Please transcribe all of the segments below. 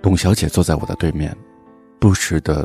董小姐坐在我的对面，不时地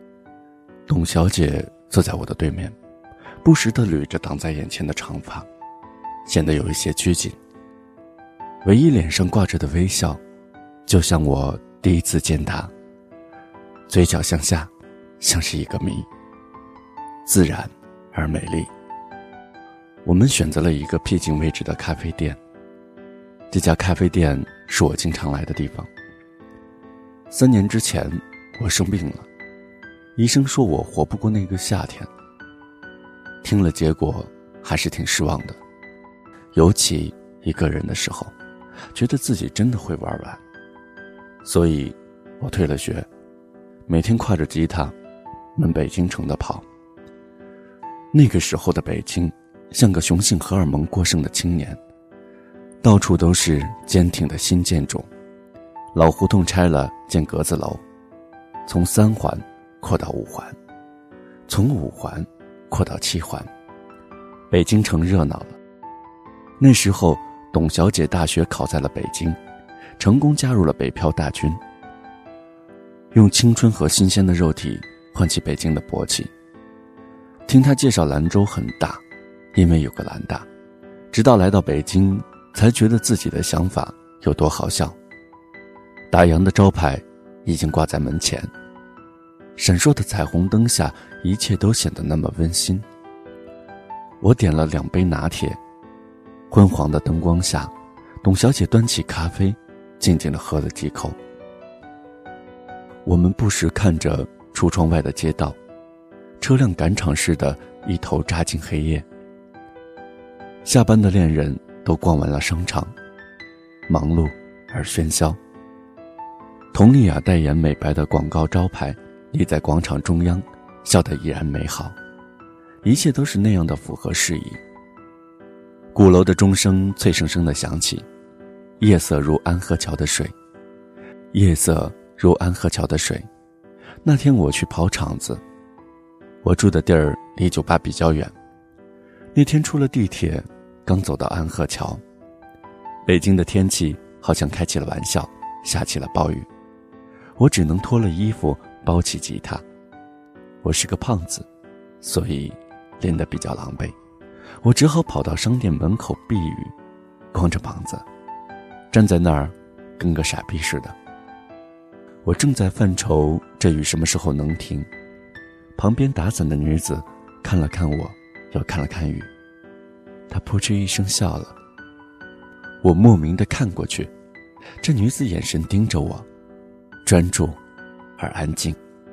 捋着挡在眼前的长发，显得有一些拘谨。唯一脸上挂着的微笑，就像我第一次见她，嘴角向下，像是一个谜，自然而美丽。我们选择了一个僻静位置的咖啡店，这家咖啡店是我经常来的地方。3年之前，我生病了，医生说我活不过那个夏天。听了结果还是挺失望的，尤其一个人的时候，觉得自己真的会玩完。所以我退了学，每天挎着吉他奔北京城的跑。那个时候的北京像个雄性荷尔蒙过剩的青年，到处都是坚挺的新建筑，老胡同拆了建格子楼，从3环扩到5环，从5环扩到7环，北京城热闹了。那时候董小姐大学考在了北京，成功加入了北漂大军，用青春和新鲜的肉体换起北京的勃起。听她介绍兰州很大，因为有个兰大，直到来到北京才觉得自己的想法有多好笑。打烊的招牌已经挂在门前，闪烁的彩虹灯下，一切都显得那么温馨。我点了2杯拿铁，昏黄的灯光下，董小姐端起咖啡，静静地喝了几口。我们不时看着橱窗外的街道，车辆赶场似的一头扎进黑夜。下班的恋人都逛完了商场，忙碌而喧嚣。佟丽娅代言美白的广告招牌立在广场中央，笑得依然美好，一切都是那样的符合时宜。鼓楼的钟声脆生生地响起，夜色如安河桥的水，夜色如安河桥的水。那天我去跑场子，我住的地儿离酒吧比较远。那天出了地铁，刚走到安河桥，北京的天气好像开起了玩笑，下起了暴雨。我只能脱了衣服，包起吉他。我是个胖子，所以练得比较狼狈。我只好跑到商店门口避雨，光着膀子站在那儿，跟个傻逼似的。我正在犯愁这雨什么时候能停，旁边打伞的女子看了看我，又看了看雨，她扑哧一声笑了。我莫名地看过去，这女子眼神盯着我，专注而安静。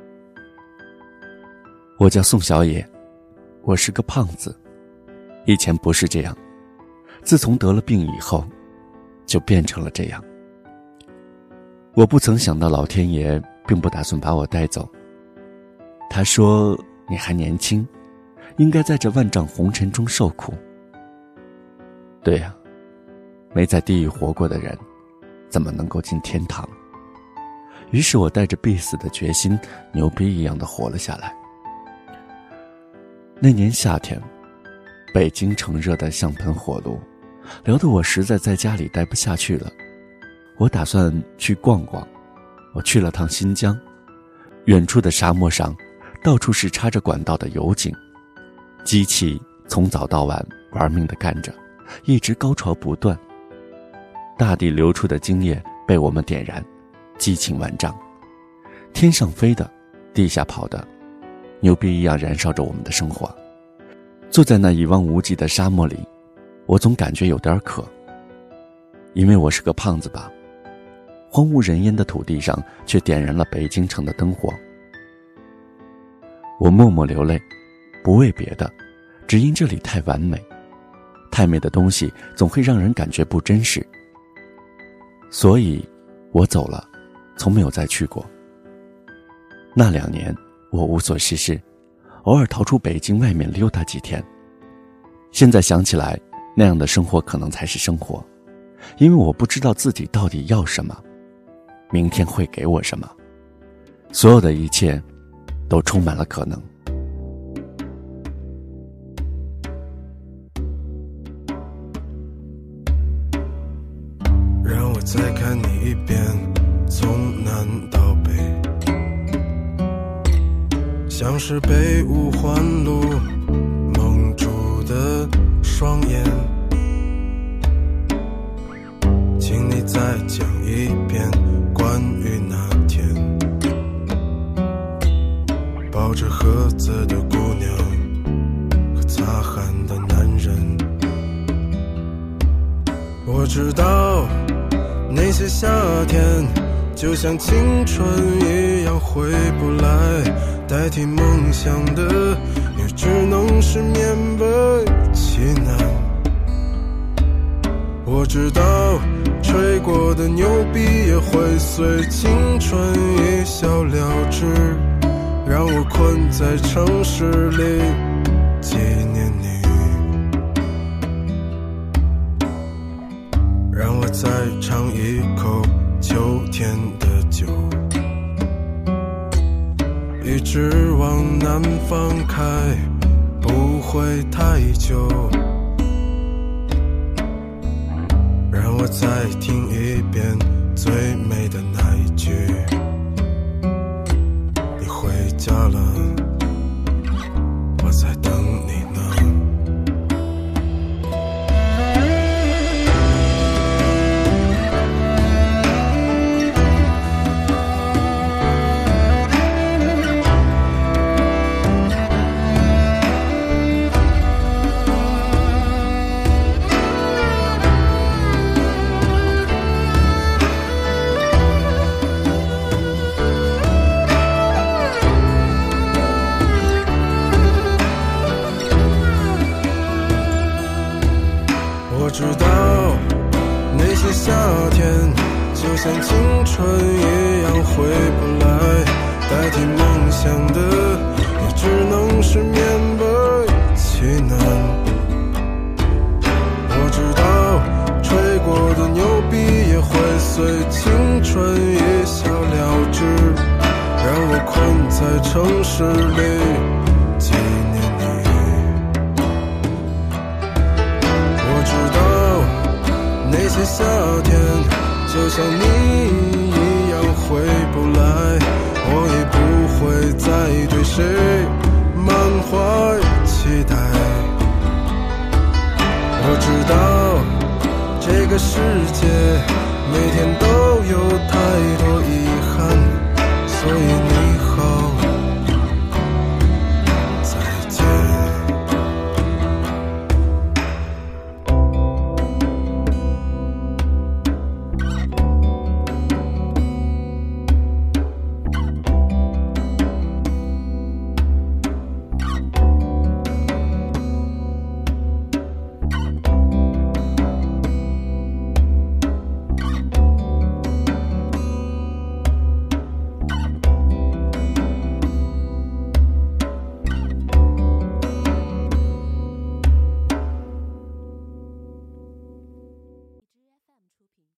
我叫宋小野，我是个胖子，以前不是这样，自从得了病以后，就变成了这样。我不曾想到老天爷并不打算把我带走，他说你还年轻，应该在这万丈红尘中受苦。对呀，没在地狱活过的人怎么能够进天堂？于是我带着必死的决心，牛逼一样的活了下来。那年夏天，北京城热得像盆火炉，聊得我实在在家里待不下去了。我打算去逛逛，我去了趟新疆，远处的沙漠上，到处是插着管道的油井，机器从早到晚玩命地干着，一直高潮不断。大地流出的精液被我们点燃，激情万丈，天上飞的，地下跑的，牛逼一样燃烧着我们的生活。坐在那一望无际的沙漠里，我总感觉有点渴，因为我是个胖子吧。荒无人烟的土地上却点燃了北京城的灯火。我默默流泪，不为别的，只因这里太完美，太美的东西总会让人感觉不真实。所以我走了，从没有再去过。那2年我无所事事，偶尔逃出北京外面溜达几天。现在想起来，那样的生活可能才是生活，因为我不知道自己到底要什么，明天会给我什么，所有的一切都充满了可能。 让我再看你一遍， 从南到北，像是被五环路蒙住的双眼。请你再讲一遍关于那天抱着盒子的姑娘和擦汗的男人。我知道那些夏天就像青春一样回不来，代替梦想的也只能是勉为其难。我知道吹过的牛逼也会随青春一笑了之，让我困在城市里纪念你，让我再尝一口秋天的酒，一直往南方开，不会太久。让我再听一遍最美的那一句，你回家了，我在等你呢。我知道那些夏天就像青春一样回不来，代替梦想的也只能是勉为其难。我知道吹过的牛逼也会随青春一笑了之，让我困在城市里纪念你。我知道那些夏天就像你一样回不来，我也不会再对谁满怀期待。我知道这个世界每天都有太多遗憾，所以你好